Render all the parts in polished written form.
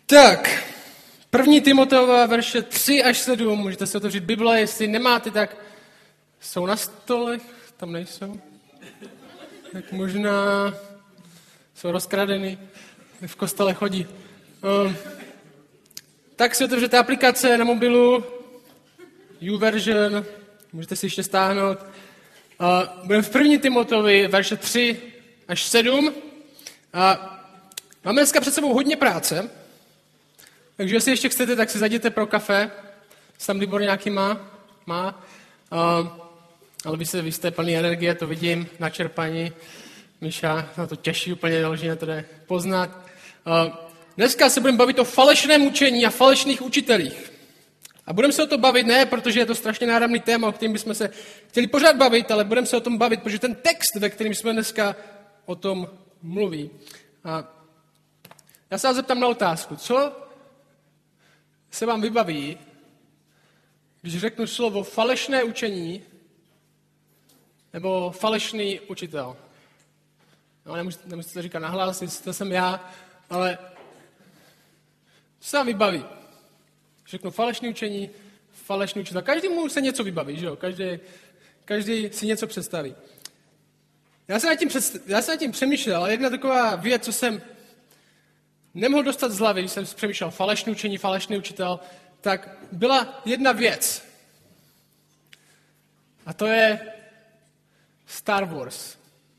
Tak, 1. Timoteova, verše 3 až 7, můžete si otevřít Bible, jestli nemáte, tak jsou na stolech, tam nejsou. Tak možná jsou rozkradeny, v kostele chodí. Tak si otevřete aplikace na mobilu, YouVersion, můžete si ještě stáhnout. Budeme v 1. Timoteovi, verše 3 až 7. Máme dneska před sebou hodně práce, takže jestli ještě chcete, tak si zajděte pro kafe. Tam Libor nějaký má. Ale vy jste plný energie, to vidím, načerpaní. Míša na to těší úplně, doloženě to jde poznat. Dneska se budeme bavit o falešném učení a falešných učitelích. A budeme se o to bavit ne, protože je to strašně náramný téma, o kterém bychom se chtěli pořád bavit, ale budeme se o tom bavit, protože ten text, ve kterém jsme dneska o tom mluví. A já se vás zeptám na otázku, co se vám vybaví, když řeknu slovo falešné učení nebo falešný učitel. No, nemusíte to říkat nahlas, to jsem já, ale co se vám vybaví? Řeknu falešné učení, falešný učitel. Každému se něco vybaví, že jo? Každý si něco představí. Já jsem nad tím přemýšlel, ale jedna taková věc, co jsem nemohl dostat z hlavy, když jsem přemýšlel falešné učení, falešný učitel, tak byla jedna věc. A to je Star Wars.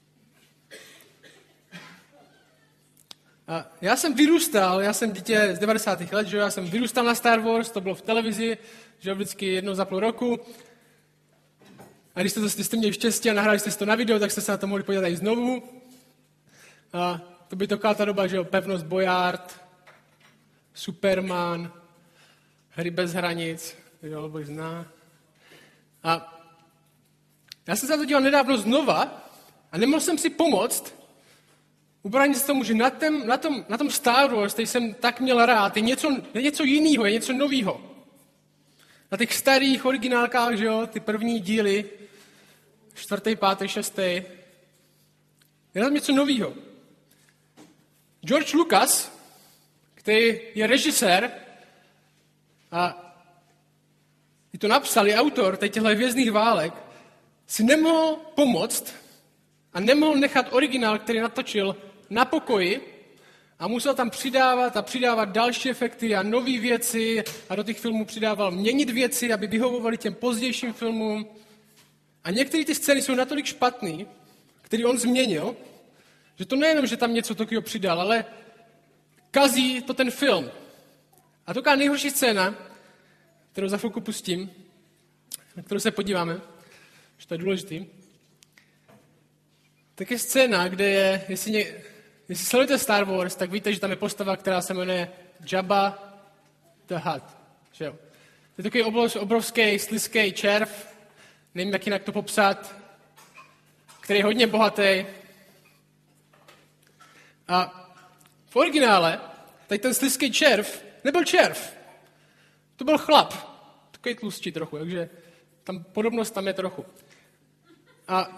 A já jsem dítě z 90. let, že já jsem vyrůstal na Star Wars, to bylo v televizi, že vždycky jednou za půl roku. A když jste měli štěstí a nahráli jste si to na video, tak jste se na to mohli podívat i znovu. A to by taková ta doba, že jo, Pevnost Boyard, Superman, Hry bez hranic, jo, Luboj zná. A já jsem se na to díval nedávno znova a nemohl jsem si pomoct ubránit se tomu, že na tom Star Wars, který jsem tak měl rád, je něco jiného, je něco nového. Na těch starých originálkách, že jo, ty první díly, 4., 5., 6., je tam něco nového. George Lucas, který je režisér a i to napsal, je autor těchto Hvězdných válek, si nemohl pomoct a nemohl nechat originál, který natočil, na pokoji a musel tam přidávat další efekty a nové věci a do těch filmů přidával měnit věci, aby vyhovovaly těm pozdějším filmům. A některé ty scény jsou natolik špatný, který on změnil, že to nejenom, že tam něco takového přidal, ale kazí to ten film. A taková nejhorší scéna, kterou za chvilku pustím, na kterou se podíváme, že to je důležitý, tak je scéna, kde je, jestli sledujete Star Wars, tak víte, že tam je postava, která se jmenuje Jabba the Hutt. Že jo? To je takový obrovský, slizký červ, nevím, jak jinak to popsat, který je hodně bohatý. A v originále tady ten slizký červ nebyl červ. To byl chlap. Takový tlustší trochu, takže tam podobnost tam je trochu. A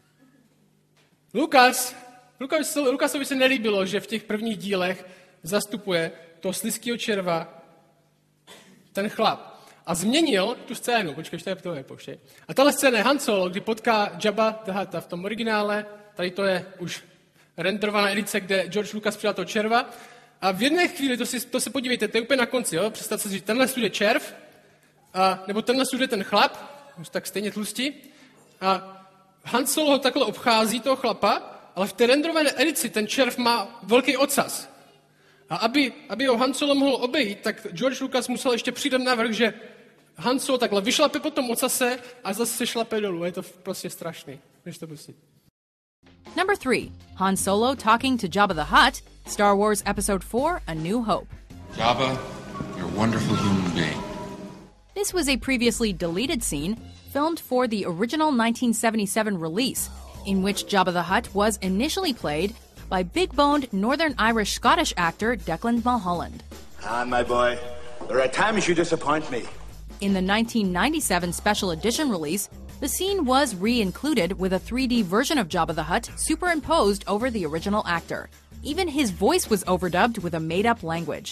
Lukasovi se nelíbilo, že v těch prvních dílech zastupuje toho slizkého červa ten chlap. A změnil tu scénu. Počkej, to je pouštěj. A tahle scéna je Han Solo, kdy potká Jabba the Hutta v tom originále. Tady to je už renderovaná edice, kde George Lucas přidal toho červa. A v jedné chvíli, to se podívejte, to je úplně na konci, jo? Představte si, že tenhle sud je červ, nebo tenhle sud je ten chlap, už tak stejně tlustí. A Han Solo ho takhle obchází, toho chlapa, ale v té renderované edici ten červ má velký ocas. A aby ho Han Solo mohl obejít, tak George Lucas musel ještě přidat navrch, že Han Solo takhle vyšlape po tom ocase a zase se šlape dolů. Je to prostě strašný. Než to pustit. Number 3. Han Solo talking to Jabba the Hutt, Star Wars Episode 4, A New Hope. Jabba, you're a wonderful human being. This was a previously deleted scene filmed for the original 1977 release, in which Jabba the Hutt was initially played by big-boned Northern Irish-Scottish actor Declan Mulholland. My boy, there are times you disappoint me. In the 1997 special edition release, the scene was re-included with a 3D version of Jabba the Hutt superimposed over the original actor. Even his voice was overdubbed with a made-up language.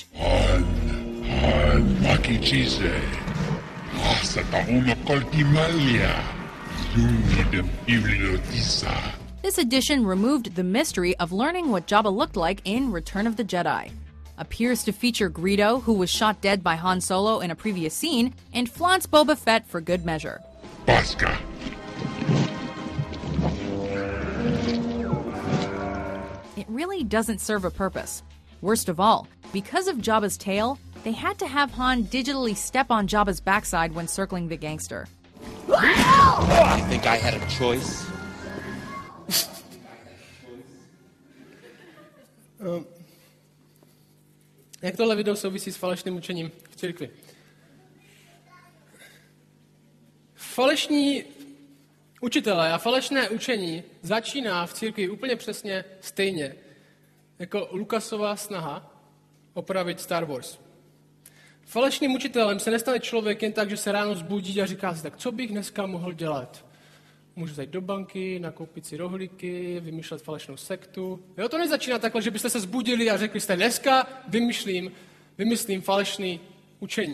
This edition removed the mystery of learning what Jabba looked like in Return of the Jedi. Appears to feature Greedo, who was shot dead by Han Solo in a previous scene, and flaunts Boba Fett for good measure. Pasca. It really doesn't serve a purpose. Worst of all, because of Jabba's tail, they had to have Han digitally step on Jabba's backside when circling the gangster. You think I had a choice? Jak tohle video souvisí s falešným učením v církvi? Falešní učitelé a falešné učení začíná v církvi úplně přesně stejně, jako Lukasova snaha opravit Star Wars. Falešným učitelem se nestane člověk jen tak, že se ráno zbudí a říká si, tak co bych dneska mohl dělat? Můžu zajít do banky, nakoupit si rohlíky, vymýšlet falešnou sektu. Jo, to nezačíná takhle, že byste se zbudili a řekli jste, dneska vymyslím falešný učení.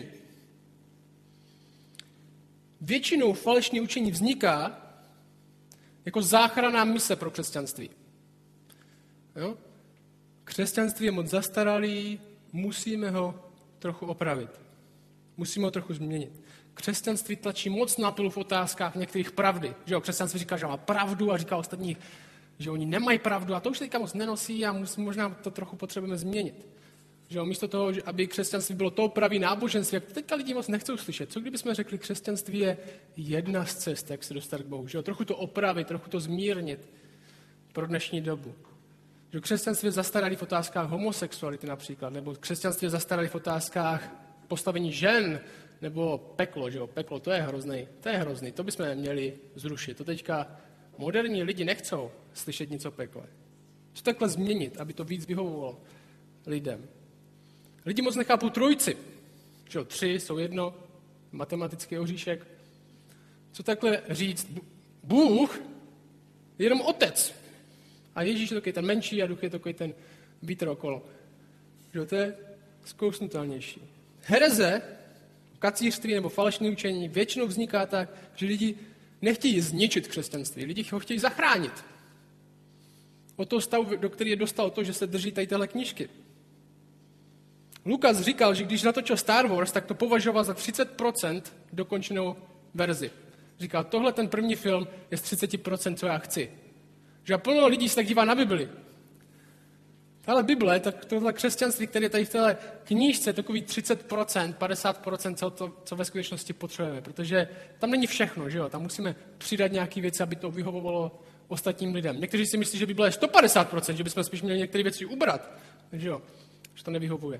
Většinou falešné učení vzniká jako záchranná mise pro křesťanství. Jo? Křesťanství je moc zastaralý, musíme ho trochu opravit. Musíme ho trochu změnit. Křesťanství tlačí moc na pilu v otázkách některých pravdy. Že jo? Křesťanství říká, že má pravdu a říká ostatních, že oni nemají pravdu a to už teďka moc nenosí a možná to trochu potřebujeme změnit. Že jo? Místo toho, aby křesťanství bylo to pravý náboženství, jak teďka lidi moc nechcou slyšet. Co kdybychom řekli, křesťanství je jedna z cest, jak se dostat k Bohu. Že jo? Trochu to opravit, trochu to zmírnit pro dnešní dobu. Že křesťanství je zastaralý v otázkách homosexuality například, nebo křesťanství je zastaralý v otázkách postavení žen, nebo peklo, že jo, peklo, to je hrozný, to bychom měli zrušit. To teďka moderní lidi nechcou slyšet nic o pekle. Co takhle změnit, aby to víc vyhovovalo lidem? Lidi moc nechápou trojici, že jo, 3 jsou jedno, matematický oříšek. Co takhle říct? Bůh je jenom otec. A Ježíš je takový ten menší a duch je takový ten vítr okolo. Že jo, to je zkousnutelnější. Hereze, kacířství nebo falešné učení většinou vzniká tak, že lidi nechtějí zničit křesťanství, lidi ho chtějí zachránit. Od toho stavu, do který je dostal to, že se drží tady téhle knížky. Lukas říkal, že když natočil Star Wars, tak to považoval za 30% dokončenou verzi. Říkal, tohle ten první film je z 30%, co já chci. Že plno lidí se tak dívá na Bibli. Ale Bible, tak tohle křesťanství, které je tady v téhle knížce, je takový 30%, 50%, co ve skutečnosti potřebujeme. Protože tam není všechno, že jo? Tam musíme přidat nějaké věci, aby to vyhovovalo ostatním lidem. Někteří si myslí, že Bible je 150%, že bychom spíš měli některé věci ubrat. Takže jo, že to nevyhovuje.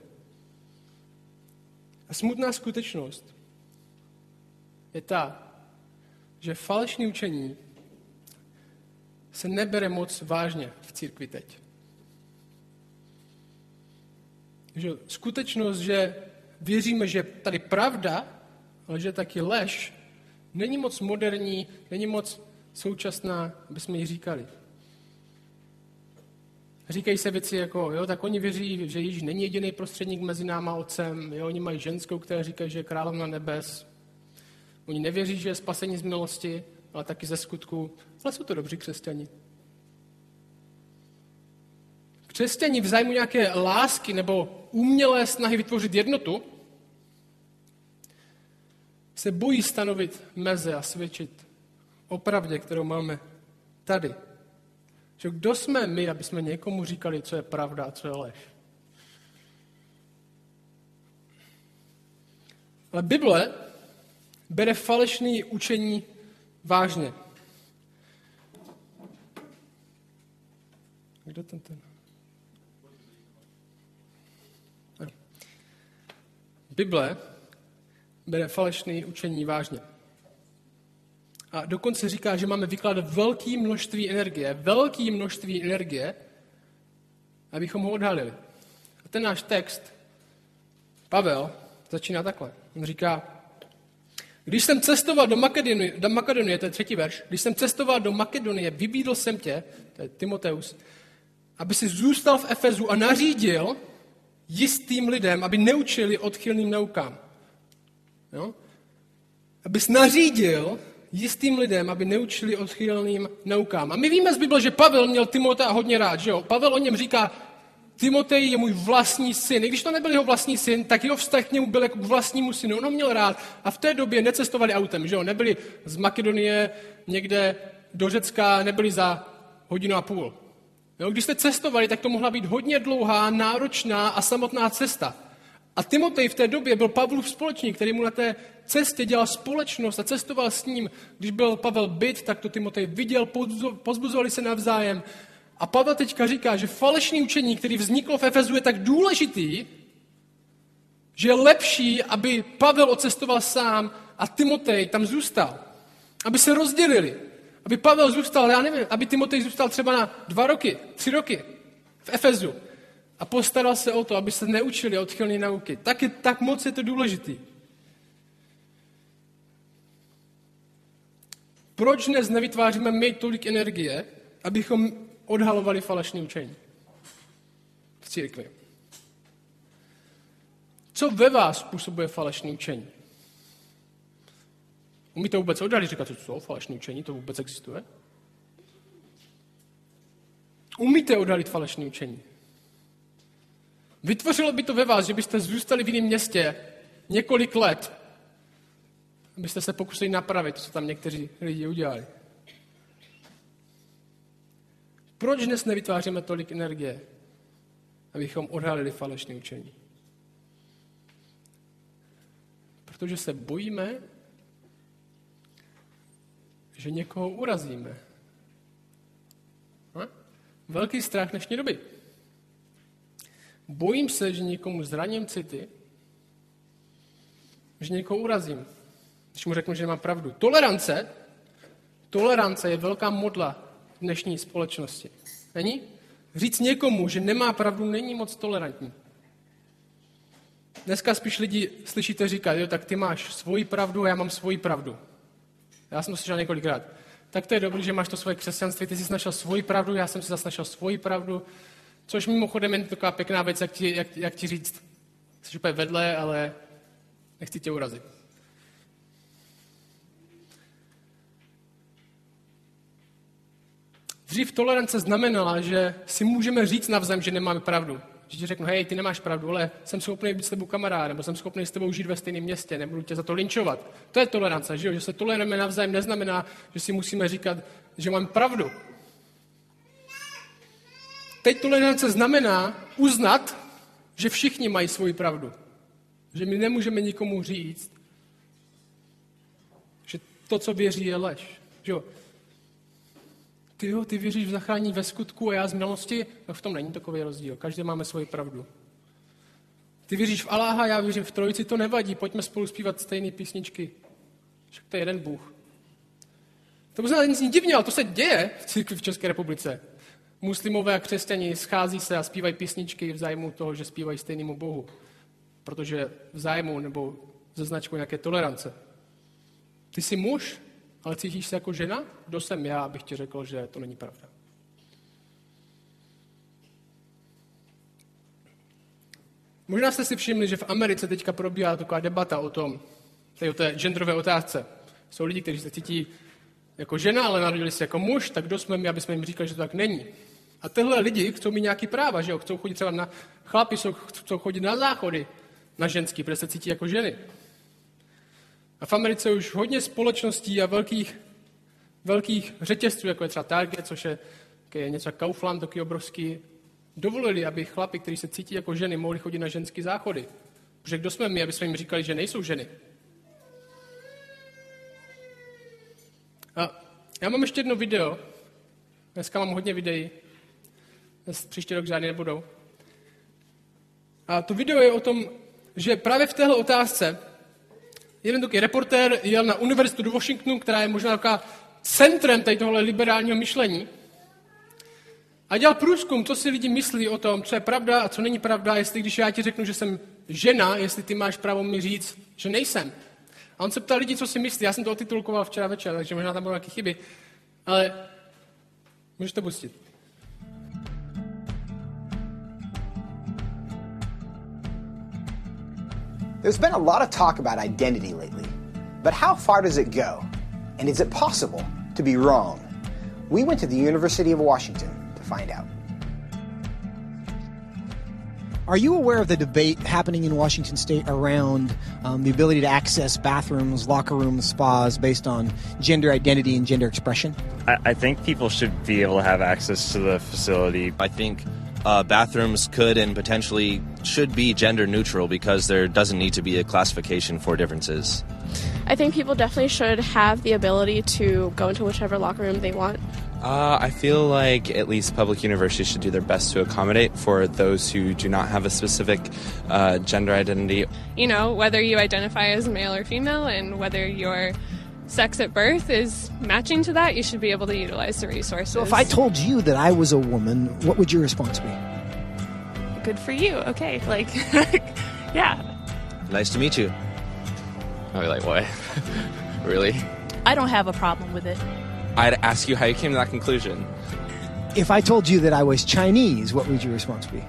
A smutná skutečnost je ta, že falešné učení se nebere moc vážně v církvi teď. Že skutečnost, že věříme, že tady pravda, ale že taky lež, není moc moderní, není moc současná, aby jsme ji říkali. Říkají se věci jako, jo, tak oni věří, že Ježíš není jediný prostředník mezi náma a Otcem, jo, oni mají ženskou, která říká, že je královna nebes. Oni nevěří, že je spasení z milosti, ale taky ze skutku, ale jsou to dobří křesťani. Křesťani v zájmu nějaké lásky nebo umělé snahy vytvořit jednotu se bojí stanovit meze a svědčit o pravdě, kterou máme tady. Že kdo jsme my, aby jsme někomu říkali, co je pravda a co je lež? Ale Bible bere falešné učení vážně. Kde ten? Bible bere falešné učení vážně. A dokonce říká, že máme vykládat velké množství energie, abychom ho odhalili. A ten náš text, Pavel, začíná takhle. On říká, když jsem cestoval do Makedonie, to je 3. verš, když jsem cestoval do Makedonie, vybídl jsem tě, to je Timoteus, aby si zůstal v Efezu a nařídil jistým lidem, aby neučili odchylným naukám. Jo? Abys nařídil jistým lidem, aby neučili odchylným naukám. A my víme z Bible, že Pavel měl Timotea hodně rád. Že jo? Pavel o něm říká, Timotej je můj vlastní syn. I když to nebyl jeho vlastní syn, tak jeho vztah k němu byl jako k vlastnímu synu. On ho měl rád a v té době necestovali autem. Že jo? Nebyli z Makedonie někde do Řecka, nebyli za 1,5 hodiny. Jo? Když jste cestovali, tak to mohla být hodně dlouhá, náročná a samotná cesta. A Timotej v té době byl Pavlův společník, který mu na té cestě dělal společnost a cestoval s ním. Když byl Pavel byt, tak to Timotej viděl, pozbuzovali se navzájem. A Pavel teďka říká, že falešné učení, které vzniklo v Efezu, je tak důležitý, že je lepší, aby Pavel odcestoval sám a Timotej tam zůstal. Aby se rozdělili. Aby Pavel zůstal, já nevím, aby Timotej zůstal třeba na 2 roky, 3 roky v Efezu. A postaral se o to, aby se neučili odchylné nauky. Tak moc je to důležitý. Proč dnes nevytváříme my tolik energie, abychom odhalovali falešné učení v církvi? Co ve vás způsobuje falešné učení? Umíte vůbec odhalit, říkat, co jsou falešné učení? To vůbec existuje? Umíte odhalit falešné učení? Vytvořilo by to ve vás, že byste zůstali v jiném městě několik let, abyste se pokusili napravit, co tam někteří lidi udělali. Proč dnes nevytváříme tolik energie, abychom odhalili falešné učení? Protože se bojíme, že někoho urazíme. Velký strach dnešní doby. Bojím se, že někomu zraním city, že někoho urazím, když mu řeknu, že nemá pravdu. Tolerance je velká modla dnešní společnosti. Není? Říct někomu, že nemá pravdu, není moc tolerantní. Dneska spíš lidi slyšíte říkat, jo, tak ty máš svoji pravdu a já mám svoji pravdu. Já jsem to slyšel několikrát. Tak to je dobrý, že máš to svoje křesťanství, ty jsi našel svoji pravdu, já jsem si zase našel svoji pravdu. Což mimochodem je taková pěkná věc, jak ti říct. Jsi úplně vedle, ale nechci tě urazit. Dřív tolerance znamenala, že si můžeme říct navzájem, že nemáme pravdu. Že ti řeknu, hej, ty nemáš pravdu, ale jsem schopný být s tebou kamarád, nebo jsem schopný s tebou žít ve stejném městě, nebudu tě za to linčovat. To je tolerance, že se tolerujeme navzájem, neznamená, že si musíme říkat, že máme pravdu. Teď tolerance znamená uznat, že všichni mají svoji pravdu. Že my nemůžeme nikomu říct, že to, co věří, je lež. Že jo? Ty věříš v zachránění ve skutku a já z milosti, no v tom není takový rozdíl. Každý máme svoji pravdu. Ty věříš v Aláha, já věřím v Trojici, to nevadí, pojďme spolu zpívat stejné písničky. Však to je jeden Bůh. To možná nic divně, ale to se děje v církvi v České republice. Muslimové a křesťani schází se a zpívají písničky v zájmu toho, že zpívají stejnému Bohu. Protože v zájmu nebo ze značkou nějaké tolerance. Ty jsi muž, ale cítíš se jako žena? Kdo jsem já, abych ti řekl, že to není pravda. Možná jste si všimli, že v Americe teďka probíhá taková debata o té genderové otázce. Jsou lidi, kteří se cítí jako žena, ale narodili se jako muž, tak kdo jsme my, aby jsme jim říkali, že to tak není. A tyhle lidi chcou mít nějaký práva, že jo? Chcou chodit třeba na chlapi, chcou chodit na záchody na ženský, protože se cítí jako ženy. A v Americe už hodně společností a velkých řetězců, jako je třeba Target, což je něco jako Kaufland, taky obrovský, dovolili, aby chlapi, kteří se cítí jako ženy, mohli chodit na ženský záchody. Protože kdo jsme my, aby jsme jim říkali, že nejsou ženy. A já mám ještě jedno video. Dneska mám hodně videí. Příští rok žádný nebudou. A to video je o tom, že právě v téhle otázce jeden takový reportér jel na univerzitu do Washingtonu, která je možná taková centrem tady tohle liberálního myšlení. A dělal průzkum, co si lidi myslí o tom, co je pravda a co není pravda, jestli když já ti řeknu, že jsem žena, jestli ty máš právo mi říct, že nejsem. A on se ptal lidí, co si myslí. Já jsem to otitulkoval včera večer, takže možná tam budou nějaké chyby. Ale můžeš to pustit. There's been a lot of talk about identity lately, but how far does it go? And is it possible to be wrong? We went to the University of Washington to find out. Are you aware of the debate happening in Washington State around the ability to access bathrooms, locker rooms, spas based on gender identity and gender expression? I think people should be able to have access to the facility. I think bathrooms could and potentially should be gender neutral because there doesn't need to be a classification for differences. I think people definitely should have the ability to go into whichever locker room they want. I feel like at least public universities should do their best to accommodate for those who do not have a specific gender identity. You know, whether you identify as male or female and whether your sex at birth is matching to that, you should be able to utilize the resources. So if I told you that I was a woman, what would your response be? Good for you. Okay, like, yeah. Nice to meet you. I'd be like, what? Really? I don't have a problem with it. I'd ask you how you came to that conclusion. If I told you that I was Chinese, what would your response be?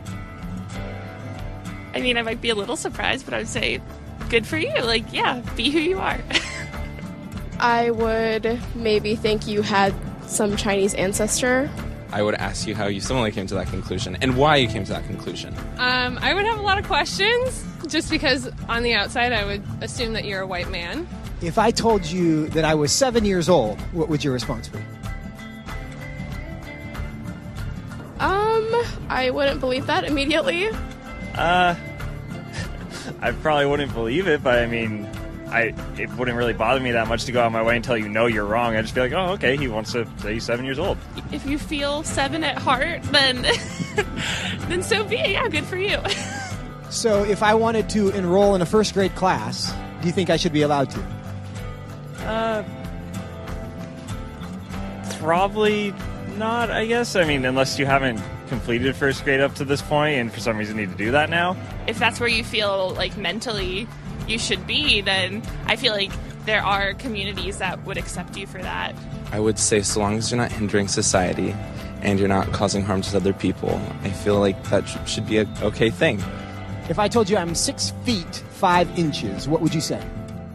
I mean, I might be a little surprised, but I would say, good for you. Like, yeah, be who you are. I would maybe think you had some Chinese ancestor. I would ask you how you similarly came to that conclusion and why you came to that conclusion. I would have a lot of questions, just because on the outside I would assume that you're a white man. If I told you that I was 7 years old, what would your response be? I wouldn't believe that immediately. I probably wouldn't believe it, but I mean, it wouldn't really bother me that much to go out of my way and tell you no, you're wrong. I'd just be like, oh, okay, he wants to say he's 7 years old. If you feel 7 at heart, then then so be it. Yeah, good for you. So if I wanted to enroll in a first grade class, do you think I should be allowed to? Probably not, I guess. I mean, unless you haven't completed first grade up to this point and for some reason need to do that now. If that's where you feel like mentally you should be, then I feel like there are communities that would accept you for that. I would say so long as you're not hindering society and you're not causing harm to other people, I feel like that should be an okay thing. If I told you I'm 6 feet 5 inches, what would you say?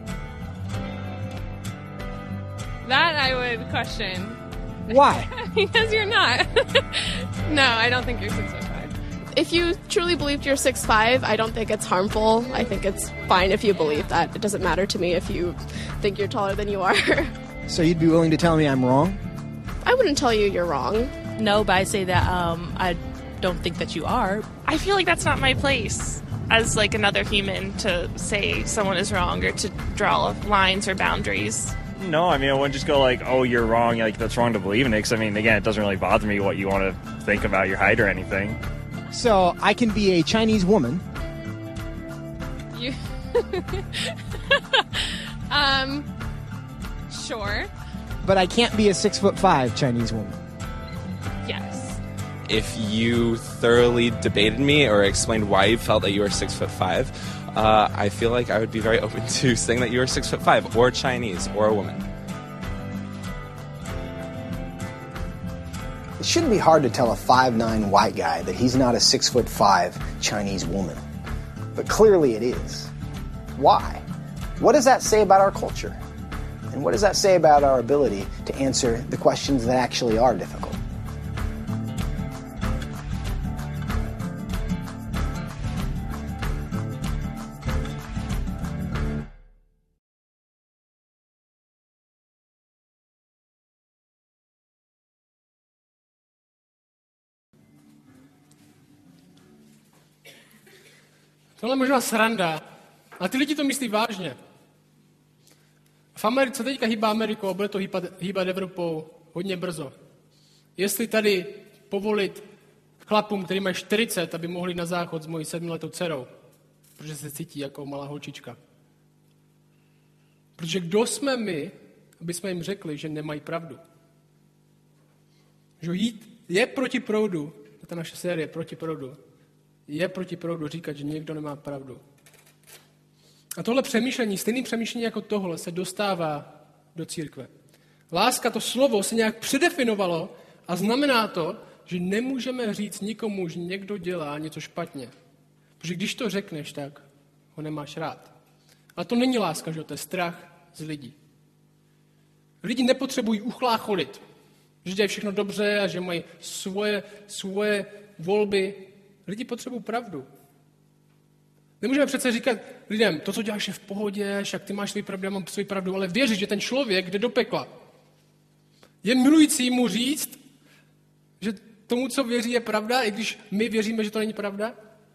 That I would question. Why? Because you're not. No, I don't think you're 6'5". If you truly believed you're 6'5", I don't think it's harmful. I think it's fine if you believe that. It doesn't matter to me if you think you're taller than you are. So you'd be willing to tell me I'm wrong? I wouldn't tell you you're wrong. No, but I say that I don't think that you are. I feel like that's not my place as like another human to say someone is wrong or to draw lines or boundaries. No, I mean, I wouldn't just go like, oh, you're wrong, like that's wrong to believe in it, because I mean, again, it doesn't really bother me what you want to think about your height or anything. So I can be a Chinese woman. You sure. But I can't be a 6'5" Chinese woman. Yes. If you thoroughly debated me or explained why you felt that you were 6'5", I feel like I would be very open to saying that you were 6'5", or Chinese, or a woman. It shouldn't be hard to tell a 5'9" white guy that he's not a 6'5" Chinese woman. But clearly it is. Why? What does that say about our culture? And what does that say about our ability to answer the questions that actually are difficult? Tohle je možná sranda, ale ty lidi to myslí vážně. V Americe teďka hýbá Amerikou a bude to hýbat Evropou hodně brzo. Jestli tady povolit chlapům, který mají 40, aby mohli na záchod s mojí 7letou dcerou, protože se cítí jako malá holčička. Protože kdo jsme my, aby jsme jim řekli, že nemají pravdu? Že jít je proti proudu, ta naše série proti proudu, je proti proudu říkat, že někdo nemá pravdu. A tohle přemýšlení, stejné přemýšlení jako tohle, se dostává do církve. Láska, to slovo, se nějak předefinovalo a znamená to, že nemůžeme říct nikomu, že někdo dělá něco špatně. Protože když to řekneš, tak ho ho nemáš rád. Ale to není láska, že to je strach z lidí. Lidi nepotřebují uchlácholit, že dělají všechno dobře a že mají svoje volby. Lidi potřebují pravdu. Nemůžeme přece říkat lidem, to, co děláš, je v pohodě, však ty máš svou pravdu, já mám svou pravdu, ale věřit, že ten člověk jde do pekla. Je milující mu říct, že tomu, co věří, je pravda, i když my věříme, že to není pravda?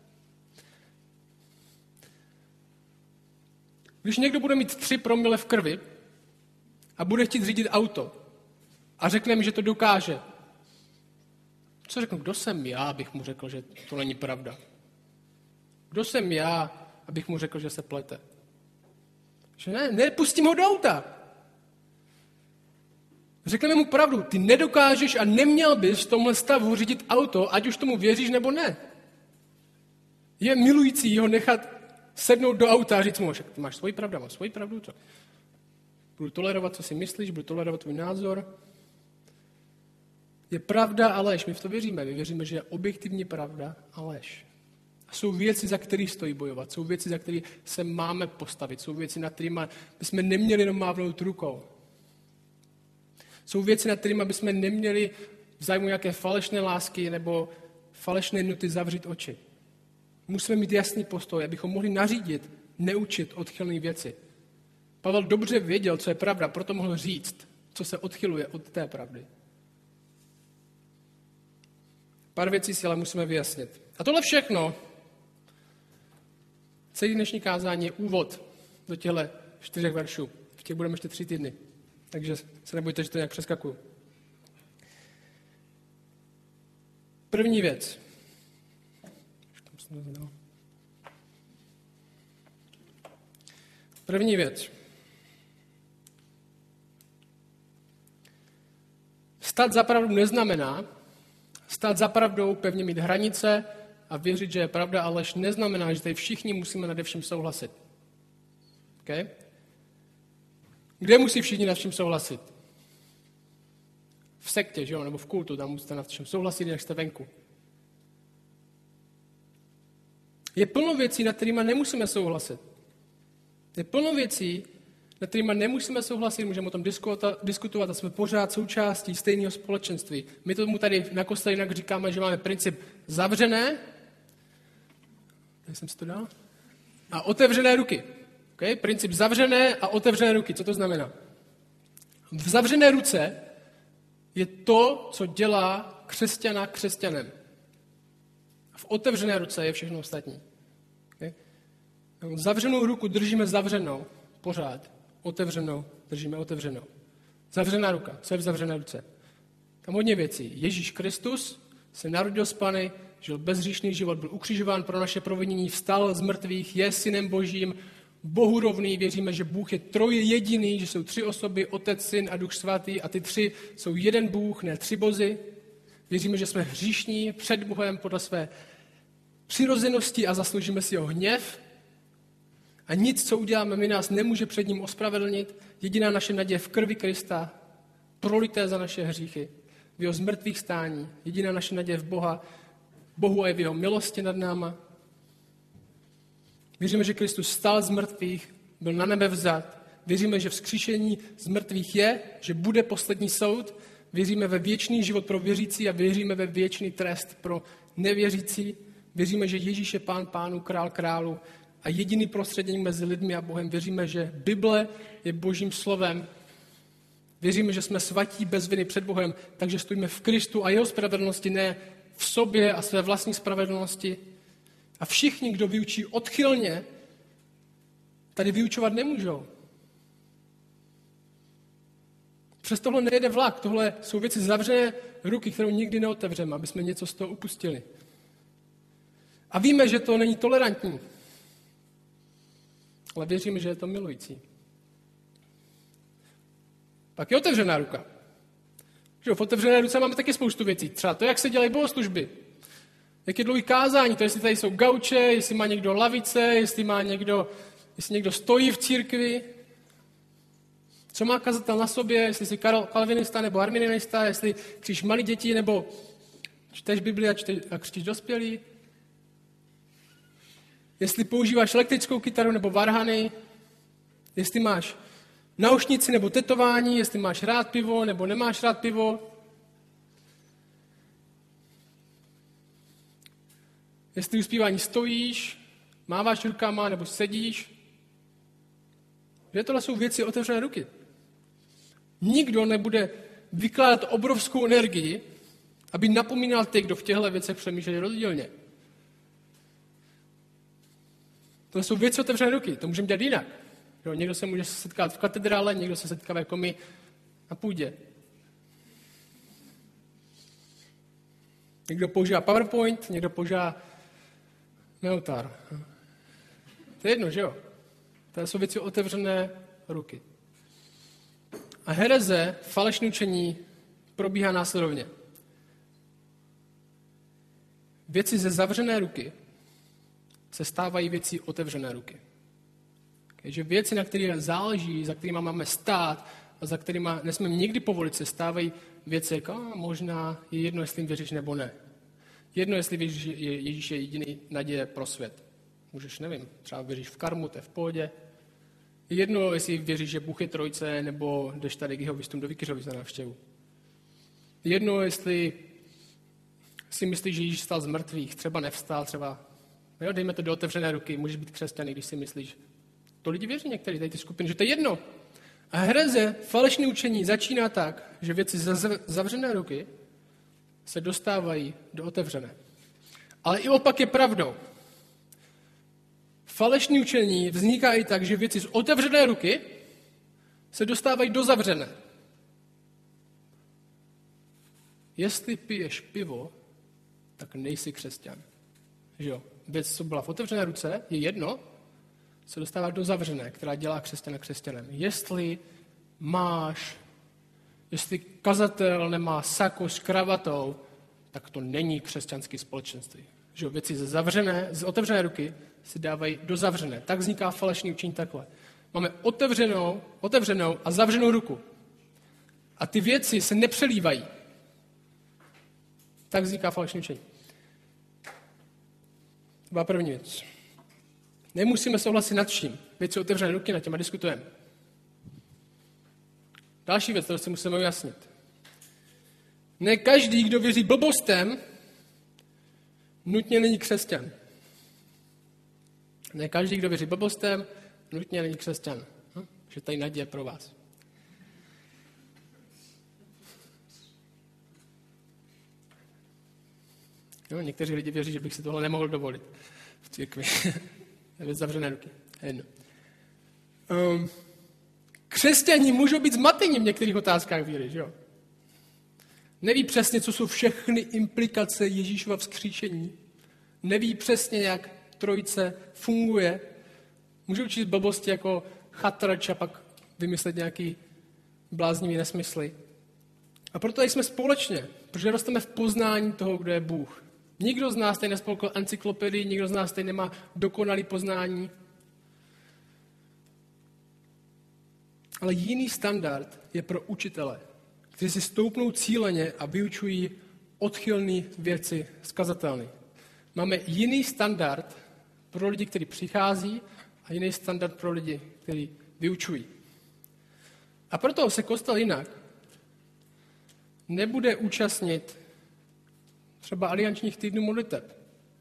Když někdo bude mít 3 promile v krvi a bude chtít řídit auto a řekne mi, že to dokáže, co řeknu? Kdo jsem já, abych mu řekl, že to není pravda? Kdo jsem já, abych mu řekl, že se plete? Že ne, pustím ho do auta. Řekneme mu pravdu, ty nedokážeš a neměl bys v tomhle stavu řídit auto, ať už tomu věříš nebo ne. Je milující ho nechat sednout do auta a říct mu, že ty máš svoji pravdu, mám svoji pravdu, co? Budu tolerovat, co si myslíš, budu tolerovat tvůj názor. Je pravda a lež, my v to věříme. My věříme, že je objektivní pravda a lež. A jsou věci, za které stojí bojovat, jsou věci, za které se máme postavit, jsou věci, nad kterými bychom neměli jenom mávnout rukou. Jsou věci, nad kterými bychom neměli v zájmu nějaké falešné lásky nebo falešné nuty zavřít oči. Musíme mít jasný postoj, abychom mohli nařídit, neučit odchylné věci. Pavel dobře věděl, co je pravda, proto mohl říct, co se odchyluje od té pravdy. Pár věcí si ale musíme vyjasnit. A tohle všechno, celý dnešní kázání je úvod do těchto 4 veršů. V těch budeme ještě 3 týdny. Takže se nebojte, že to nějak přeskakuju. První věc. Stát za pravdu neznamená stát za pravdou, pevně mít hranice a věřit, že je pravda, ale neznamená, že tady všichni musíme nade vším souhlasit. Okay? Kde musí všichni nad vším souhlasit? V sektě, že jo? Nebo v kultu, tam musíte nad vším souhlasit, jak jste venku. Je plno věcí, nad kterými nemusíme souhlasit. Je plno věcí, nad kterými nemusíme souhlasit, můžeme o tom diskutovat a jsme pořád součástí stejného společenství. My tomu tady na kostele jinak říkáme, že máme princip zavřené, jsem si to dal, a otevřené ruky. Okay? Princip zavřené a otevřené ruky. Co to znamená? V zavřené ruce je to, co dělá křesťana křesťanem. A v otevřené ruce je všechno ostatní. Okay? Zavřenou ruku držíme zavřenou pořád. Otevřenou držíme otevřenou. Zavřená ruka. Co je v zavřené ruce? Tam hodně věcí. Ježíš Kristus se narodil z Panny, žil bezhříšný život, byl ukřižován pro naše provinění, vstal z mrtvých, je synem Božím, Bohu rovný. Věříme, že Bůh je trojjediný, že jsou 3 osoby, Otec, Syn a Duch svatý a ty 3 jsou jeden Bůh, ne 3 bozy. Věříme, že jsme hříšní před Bohem podle své přirozenosti a zasloužíme si jeho hněv. A nic, co uděláme my, nás nemůže před ním ospravedlnit. Jediná naše naděje v krvi Krista, prolité za naše hříchy, v jeho zmrtvých stání. Jediná naše naděje v Bohu a je v jeho milosti nad náma. Věříme, že Kristus stál z mrtvých, byl na nebe vzat. Věříme, že vzkříšení z mrtvých je, že bude poslední soud. Věříme ve věčný život pro věřící a věříme ve věčný trest pro nevěřící. Věříme, že Ježíš je Pán pánů, král králu a jediný prostředník mezi lidmi a Bohem. Věříme, že Bible je Božím slovem. Věříme, že jsme svatí bez viny před Bohem, takže stojíme v Kristu a jeho spravedlnosti, ne v sobě a své vlastní spravedlnosti. A všichni, kdo vyučí odchylně, tady vyučovat nemůžou. Přes tohle nejede vlak, tohle jsou věci zavřené ruky, kterou nikdy neotevřeme, aby jsme něco z toho upustili. A víme, že to není tolerantní, ale věříme, že je to milující. Pak je otevřená ruka. Že v otevřené ruce máme taky spoustu věcí. Třeba to, jak se dělají bohoslužby. Jak je dlouhý kázání, to jestli tady jsou gauče, jestli má někdo lavice, jestli někdo stojí v církvi. Co má kazatel na sobě, jestli jsi kalvinista nebo arminianista, jestli křtíš malí děti, nebo čteš Bibli a křtíš dospělí. jestli používáš elektrickou kytaru nebo varhany, jestli máš náušnici nebo tetování, jestli máš rád pivo nebo nemáš rád pivo, jestli u zpívání stojíš, máváš rukama nebo sedíš. Že tohle jsou věci otevřené ruky. Nikdo nebude vykládat obrovskou energii, aby napomínal ty, kdo v těchto věcech přemýšleli rozdílně. To jsou věci otevřené ruky, to můžeme dělat jinak. Jo, někdo se může setkat v katedrále, někdo se setkává jako my na půdě. Někdo používá PowerPoint, někdo používá Neutár. To je jedno, že jo? To jsou věci otevřené ruky. A hereze, falešné učení probíhá následovně. Věci ze zavřené ruky se stávají věci otevřené ruky. Takže věci, na které záleží, za kterými máme stát a za kterými nesmíme nikdy povolit, se stávají věci, jako možná je jedno, jestli jim věříš nebo ne. Jedno, jestli věříš, že Ježíš je jediný naděje pro svět. Můžeš, nevím, třeba věříš v karmu, to je v pohodě. Je jedno, jestli věříš, že Bůh je trojce, nebo jdeš tady k jeho vystům do Vykyřovic na návštěvu. Je jedno, jestli si myslíš, že Ježíš vstal z mrtvých, třeba nevstal, třeba... Jo, dejme to do otevřené ruky, můžeš být křesťaný, když si myslíš. To lidi věří některý, tady ty skupiny, že to je jedno. A hereze, falešné učení začíná tak, že věci ze zavřené ruky se dostávají do otevřené. Ale i opak je pravdou. Falešné učení vzniká i tak, že věci z otevřené ruky se dostávají do zavřené. Jestli piješ pivo, tak nejsi křesťan. Že jo? Věc, co byla v otevřené ruce, je jedno, se dostává do zavřené, která dělá křesťana křesťanem. Jestli kazatel nemá sako s kravatou, tak to není křesťanské společenství. Že věci z otevřené ruky se dávají do zavřené. Tak vzniká falešný učení takhle. Máme otevřenou a zavřenou ruku. A ty věci se nepřelívají. Tak vzniká falešný učení. To byla první věc. Nemusíme souhlasit nad vším. Věci otevřené ruky, nad těma diskutujeme. Další věc, kterou si musíme ujasnit. Ne každý, kdo věří blbostem, nutně není křesťan. Ne každý, kdo věří blbostem, nutně není křesťan. Že tady naděje pro vás. Jo, někteří lidi věří, že bych si tohle nemohl dovolit v církvi. Věc zavřené ruky. Jedno. Křesťani můžou být zmatení v některých otázkách víry, že jo? Neví přesně, co jsou všechny implikace Ježíšova vzkříšení. Neví přesně, jak trojice funguje. Můžou číst blbosti jako chatrač a pak vymyslet nějaký bláznivý nesmysly. A proto tady jsme společně, protože rosteme v poznání toho, kdo je Bůh. Nikdo z nás tady nespolkl encyklopedii, nikdo z nás tady nemá dokonalý poznání. Ale jiný standard je pro učitele, kteří si stoupnou cíleně a vyučují odchylné věci zkazatelné. Máme jiný standard pro lidi, kteří přichází, a jiný standard pro lidi, kteří vyučují. A proto se kostel jinak nebude účastnit třeba aliančních týdnů modliteb,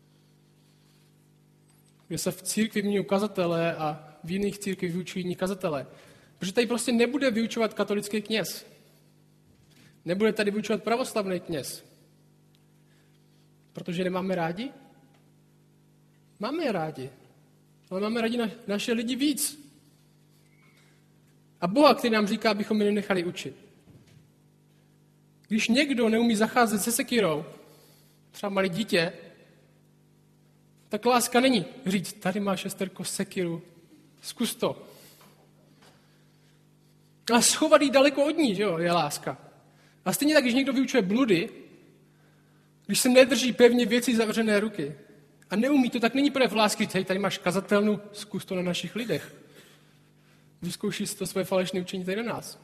kde se v církvi vyměňují kazatelé a v jiných církvích vyučují jiní kazatelé. Protože tady prostě nebude vyučovat katolický kněz. Nebude tady vyučovat pravoslavný kněz. Protože nemáme rádi? Máme je rádi. Ale máme rádi naše lidi víc. A Boha, který nám říká, abychom je nechali učit. Když někdo neumí zacházet se sekírou, třeba malé dítě, tak láska není říct, tady máš, Esterko, sekiru, zkus to. A schovat jí daleko od ní, že jo, je láska. A stejně tak, když někdo vyučuje bludy, když se nedrží pevně věci zavřené ruky a neumí to, tak není projev lásky, tady máš kazatelnu, zkus to na našich lidech. Vyzkouší si to svoje falešné učení tady na nás.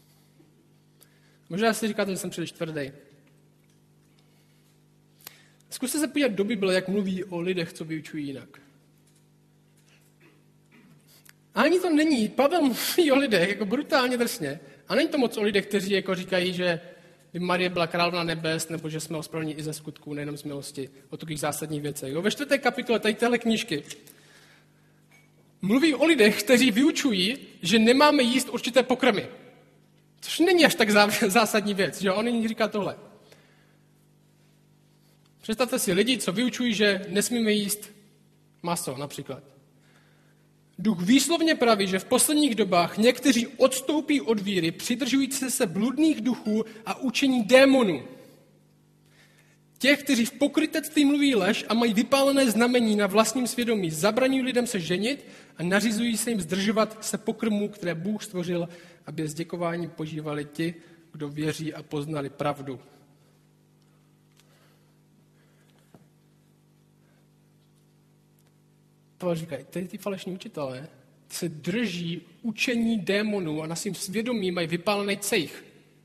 Možná si říkáte, že jsem příliš tvrdý. Zkuste se podívat do Bible, jak mluví o lidech, co vyučují jinak. ani to není. Pavel mluví o lidech jako brutálně drsně. A není to moc o lidech, kteří jako říkají, že by Marie byla královna nebes, nebo že jsme ospravedlněni i ze skutků, nejenom z milosti, o takových zásadních věcech. Ve 4. kapitole tady téhle knížky mluví o lidech, kteří vyučují, že nemáme jíst určité pokrmy. Což není až tak zásadní věc, že on jim říká tohle. Představte si lidi, co vyučují, že nesmíme jíst maso například. Duch výslovně praví, že v posledních dobách někteří odstoupí od víry, přidržující se bludných duchů a učení démonů. Těch, kteří v pokrytectví mluví lež a mají vypálené znamení na vlastním svědomí, zabraňují lidem se ženit a nařizují se jim zdržovat se pokrmů, které Bůh stvořil, aby s děkováním požívali ti, kdo věří a poznali pravdu. Pavel říká, ty falešní učitelé se drží učení démonů a na svým svědomí mají vypálený cejch.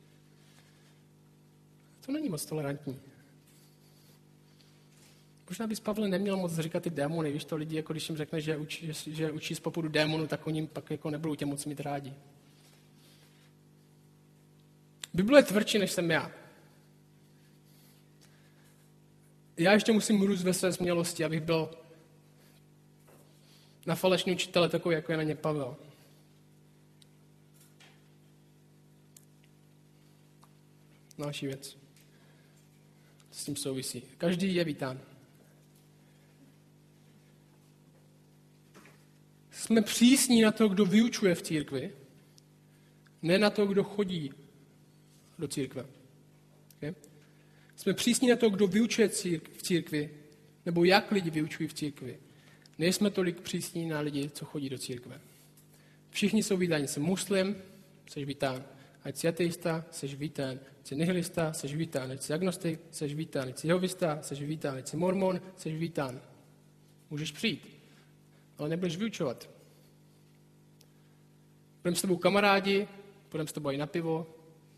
To není moc tolerantní. Možná bys, Pavle, neměl moc říkat ty démony, víš to lidi, jako když jim řekne, že učí z popudu démonu, tak oni pak jako nebudou tě moc mít rádi. Bible je tvrdší, než jsem já. Já ještě musím růst ve své smělosti, abych byl na falešný učitele takový, jako je na ně Pavel. Další věc. S tím souvisí. Každý je vítán. Jsme přísní na to, kdo vyučuje v církvi, ne na to, kdo chodí do církve. Okay? Jsme přísní na to, kdo vyučuje v církvi, nebo jak lidi vyučují v církvi. Nejsme tolik přísní na lidi, co chodí do církve. Všichni jsou vítáni. Jsi muslim, jsi vítán. Ať jsi ateista, jsi vítán. Ať jsi nihilista, jsi vítán. Ať jsi agnostik, jsi vítán. Ať jsi jehovista, jsi vítán. Ať jsi mormon, jsi vítán. Můžeš přijít, ale nebudeš vyučovat. Budeme s tebou kamarádi, budeme s tebou i na pivo,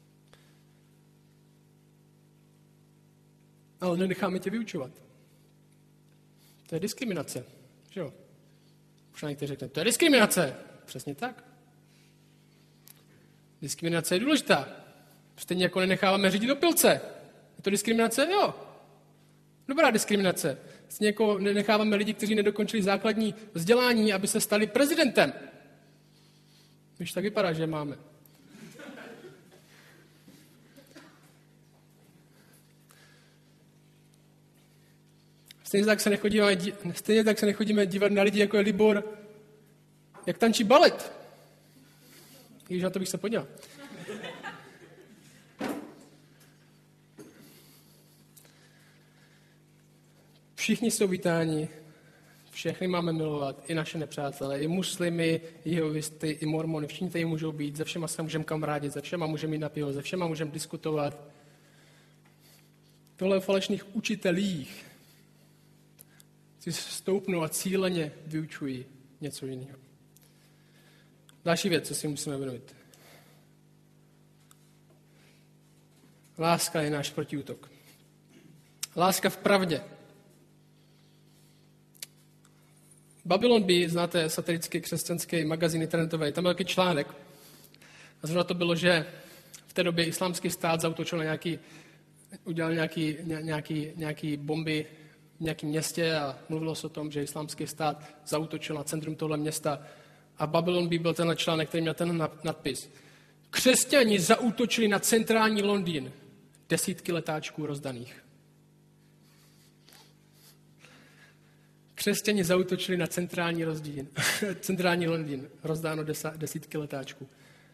ale nenecháme tě vyučovat. To je diskriminace. Že jo? Možná někteří řekne, to je diskriminace. Přesně tak. Diskriminace je důležitá. Stejně jako nenecháváme řídit opilce. Je to diskriminace? Jo. Dobrá diskriminace. Stejně jako nenecháváme lidi, kteří nedokončili základní vzdělání, aby se stali prezidentem. Víš, tak vypadá, že máme. Stejně tak se nechodíme dívat na lidi, jako je Libor, jak tančí balet. Když na to bych se podíval. Všichni jsou vítáni, všechny máme milovat, i naše nepřátelé, i muslimy, i jehovisty, i mormony, všichni tady můžou být, se všema se můžeme kamarádit, se všema můžeme jít na pivo, se všema můžeme diskutovat. Tohle o falešných učitelích si stoupnou a cíleně vyučují něco jiného. Další věc, co si musíme vědomit. Láska je náš protiútok. Láska v pravdě. Babylon Bee, znáte satirický křesťanský magazín internetový, tam byl takový článek. A zrovna to bylo, že v té době islámský stát zaútočil na udělal nějaký bomby v nějakém městě a mluvilo se o tom, že islámský stát zaútočil na centrum tohle města. A Babylon Bee byl tenhle článek, který měl ten nadpis. Křesťani zaútočili na centrální Londýn. Desítky letáčků rozdaných. Křesťani zaútočili na centrální Londýn. Rozdáno desítky letáčků.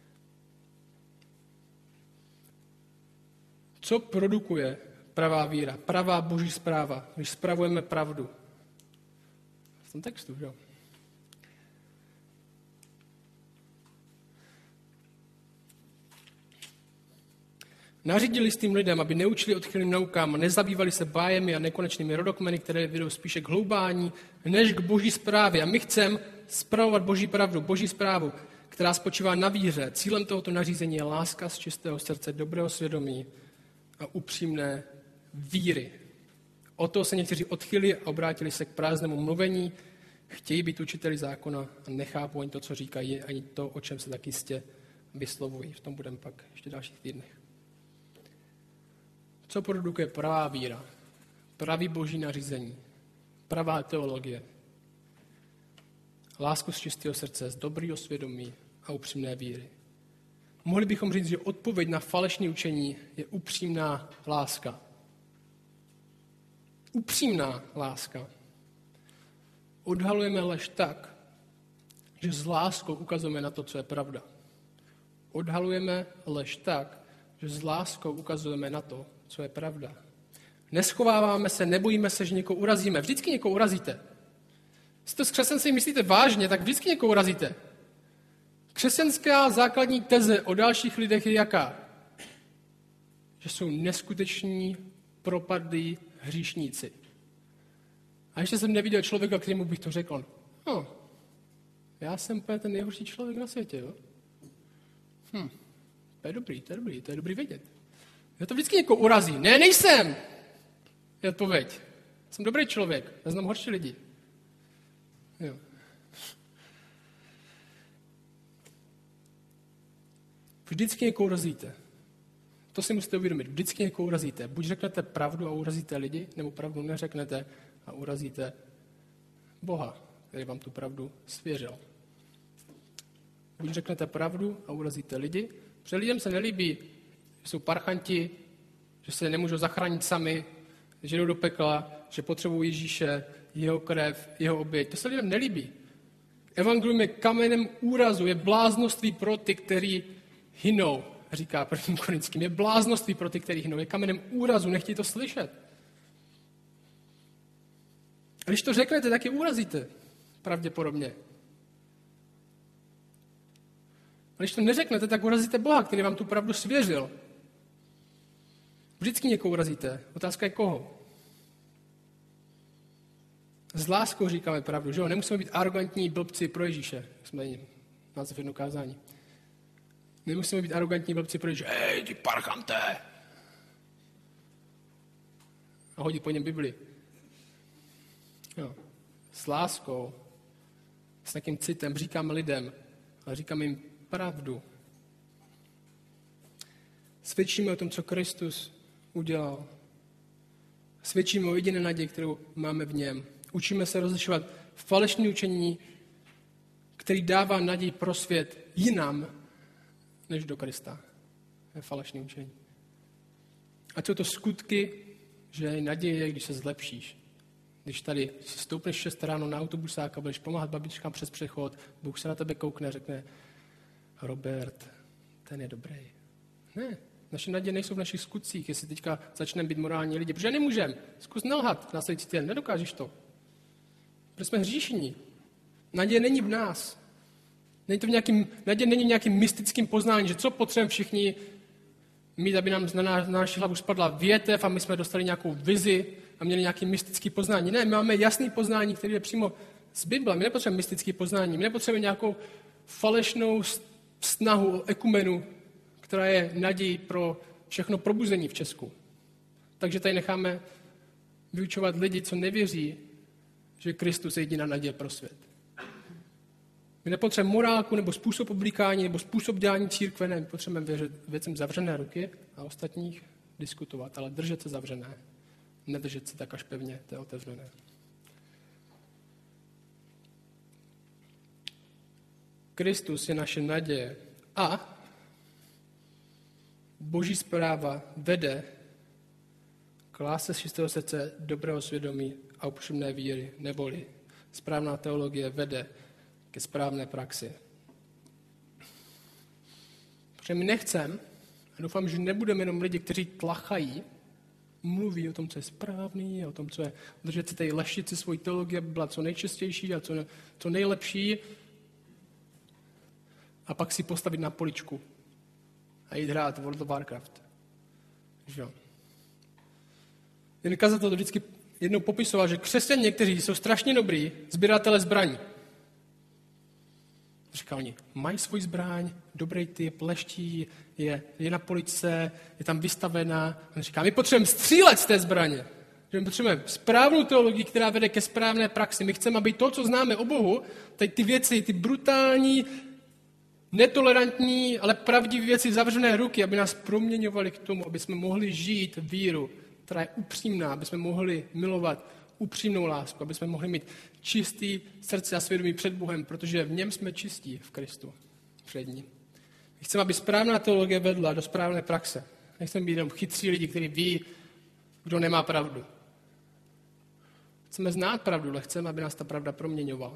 Co produkuje pravá víra, pravá boží zpráva, když spravujeme pravdu? V tom textu, jo. Nařídili s tím lidem, aby neučili odchylným naukám a nezabývali se bájemi a nekonečnými rodokmeny, které vedou spíše k hloubání, než k boží zprávě. A my chceme spravovat boží pravdu, boží zprávu, která spočívá na víře. Cílem tohoto nařízení je láska z čistého srdce, dobrého svědomí a upřímné víry. O to se někteří odchylili a obrátili se k prázdnému mluvení. chtějí být učiteli zákona a nechápou ani to, co říkají, ani to, o čem se tak jistě vyslovují. V tom budeme pak ještě dalších týdnech. Co produkuje pravá víra, pravý boží nařízení, pravá teologie? Lásku z čistého srdce, z dobrého svědomí a upřímné víry. Mohli bychom říct, že odpověď na falešné učení je upřímná láska. Upřímná láska. Odhalujeme lež tak, že s láskou ukazujeme na to, co je pravda. Odhalujeme lež tak, že s láskou ukazujeme na to, co je pravda. Neschováváme se, nebojíme se, že někoho urazíme. Vždycky někoho urazíte. Jestli to s křesťanstvím myslíte vážně, tak vždycky někoho urazíte. Křesťanská základní teze o dalších lidech je jaká? Že jsou neskuteční, propadlí hříšníci. A ještě jsem neviděl člověka, kterému bych to řekl. No, já jsem úplně ten nejhorší člověk na světě, jo? To je dobrý vědět. Já to vždycky někoho urazí. Ne, nejsem! Je odpověď. Jsem dobrý člověk, já znám horší lidi. Jo. Vždycky někoho urazíte. To si musíte uvědomit. Vždycky někoho urazíte. Buď řeknete pravdu a urazíte lidi, nebo pravdu neřeknete a urazíte Boha, který vám tu pravdu svěřil. Buď řeknete pravdu a urazíte lidi, protože lidem se nelíbí, že jsou parchanti, že se nemůžou zachránit sami, že jdou do pekla, že potřebují Ježíše, jeho krev, jeho oběť. To se lidem nelíbí. Evangelium je kamenem úrazu, je bláznoství pro ty, kteří hynou, říká 1. Korinským. Je bláznoství pro ty, kteří hynou. Je kamenem úrazu, nechtějí to slyšet. A když to řeknete, tak je urazíte. Pravděpodobně. A když to neřeknete, tak urazíte Boha, který vám tu pravdu svěřil. Vždycky někoho urazíte. Otázka je koho. S láskou říkáme pravdu, že jo? Nemusíme být arrogantní blbci pro Ježíše. Jak jsme tady název jedno kázání. Nemusíme být arrogantní blbci pro Ježíše. Hej, ty parchante! A hodit po něm Bibli. Jo. S láskou, s takým citem říkáme lidem, ale říkáme jim pravdu. Svědčíme o tom, co Kristus udělal. Svědčíme o jediné naději, kterou máme v něm. Učíme se rozlišovat falešné učení, který dává naději pro svět jinam, než do Krista. Je falešné učení. A co to skutky, že naděje je, když se zlepšíš. Když tady si stoupneš 6 ráno na autobusák a budeš pomáhat babičkám přes přechod, Bůh se na tebe koukne a řekne, Robert, ten je dobrý. Ne, naše naděje nejsou v našich skutcích, jestli teďka začneme být morální lidi, protože nemůžeme. Zkus nelhat následující týden, nedokážeš to. Protože jsme hříšní. Naděje není v nás. Naděje není v nějakým mystickým poznání, že co potřebujeme všichni mít, aby nám na naši hlavu spadla větev a my jsme dostali nějakou vizi a měli nějaký mystický poznání. Ne, my máme jasný poznání, který je přímo z Bible. My nepotřebujeme mystické poznání, my nepotřebujeme nějakou falešnou snahu o ekumenu, která je nadějí pro všechno probuzení v Česku. Takže tady necháme vyučovat lidi, co nevěří, že Kristus je jediná naděje pro svět. My nepotřebujeme morálku, nebo způsob oblíkání, nebo způsob dělání církve, ne, my potřebujeme věřit věcem zavřené ruky a ostatních diskutovat, ale držet se zavřené. Nedržet se tak až pevně, to je otevřené. Kristus je naše naděje a Boží zpráva vede k lásce z čistého srdce, dobrého svědomí a upřímné víry, neboli správná teologie vede ke správné praxi. Protože my nechceme, a doufám, že nebudeme jenom lidi, kteří tlachají, mluví o tom, co je správný, o tom, co je držet si tady leštici svojí teologie, aby byla co nejčistější a co nejlepší, a pak si postavit na poličku a jít hrát World of Warcraft. Že? Jeden kazatel to vždycky jednou popisoval, že křesťané někteří jsou strašně dobrý sběratele zbraní. Říkal oni, mají svůj zbraň, dobrý typ, leští, je na poličce, je tam vystavená. On říká, my potřebujeme střílet z té zbraně. Že my potřebujeme správnou teologii, která vede ke správné praxi. My chceme, aby to, co známe o Bohu, teď ty věci, ty brutální, netolerantní, ale pravdivé věci zavřené ruky, aby nás proměňovaly k tomu, aby jsme mohli žít víru, která je upřímná, aby jsme mohli milovat upřímnou lásku, aby jsme mohli mít čistý srdce a svědomí před Bohem, protože v něm jsme čistí v Kristu před ním. My chceme, aby správná teologie vedla do správné praxe. Nechceme být jenom chytří lidi, kteří ví, kdo nemá pravdu. Chceme znát pravdu, ale chceme, aby nás ta pravda proměňovala.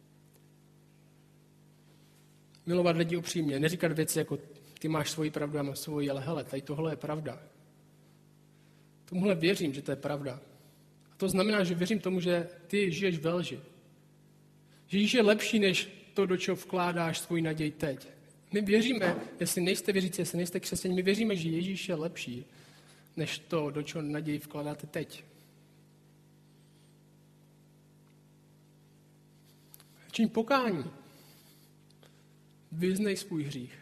Milovat lidi upřímně, neříkat věci jako ty máš svoji pravdu, já mám svoji, ale hele, tady tohle je pravda. Tomuhle věřím, že to je pravda. A to znamená, že věřím tomu, že ty žiješ ve lži. Že Ježíš je lepší, než to, do čeho vkládáš svůj naději teď. My věříme, jestli nejste věřící, jestli nejste křesťané, my věříme, že Ježíš je lepší, než to, do čeho naději vkládáte teď. Čiň pokání. Vyznej svůj hřích.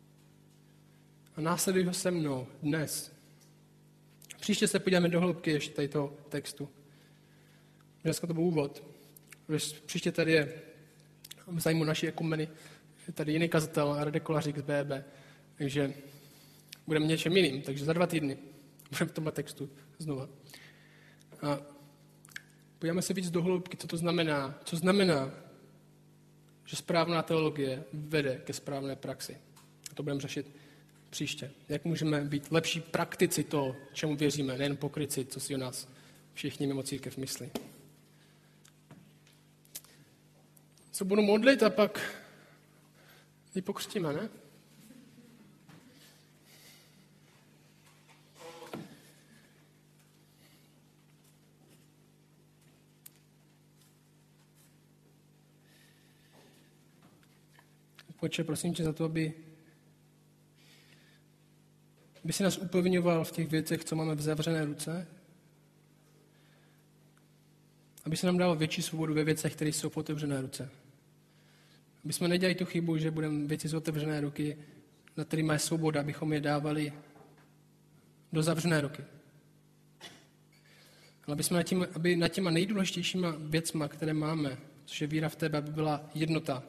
A následuj ho se mnou dnes. Příště se podíváme do hloubky ještě tady toho textu. Dneska to byl úvod. Příště tady je v zájmu naší ekumeny. Je tady jiný kazatel, Radek Kolařík z BB. Takže budeme něčem jiným. Takže za 2 týdny budeme v tomhle textu znova. A podíváme se víc do hloubky, co to znamená. Co znamená, že správná teologie vede ke správné praxi. A to budeme řešit příště. Jak můžeme být lepší praktici toho, čemu věříme, nejen pokryci, co si o nás všichni mimo církev myslí. Co budu modlit a pak ji pokřtíme, ne? Otče, prosím tě za to, aby si nás upevňoval v těch věcech, co máme v zavřené ruce, aby se nám dal větší svobodu ve věcech, které jsou v otevřené ruce. Aby jsme nedělali tu chybu, že budeme věci z otevřené ruky, na kterými je svoboda, abychom je dávali do zavřené ruky. Ale aby nad těma nejdůležitějšíma věcma, které máme, což je víra v tebe, aby byla jednota.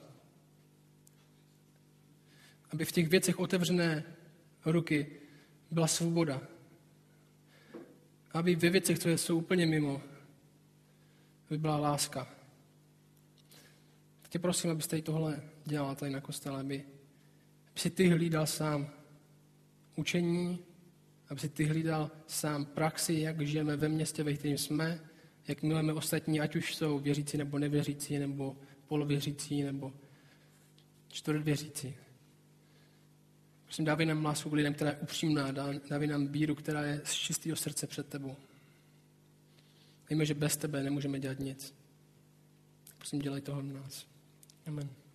Aby v těch věcech otevřené ruky byla svoboda. Aby ve věcech, které jsou úplně mimo, aby byla láska. Tak tě prosím, abys tady tohle dělal tady na kostele, aby si ty hlídal sám učení, aby si ty hlídal sám praxi, jak žijeme ve městě, ve kterém jsme, jak milujeme ostatní, ať už jsou věřící nebo nevěřící, nebo polověřící, nebo čtvrtvěřící. Prosím, dávej nám lásku k lidem, která je upřímná, dávej nám víru, která je z čistého srdce před tebou. Víme, že bez tebe nemůžeme dělat nic. Prosím, dělej toho v nás. Amen.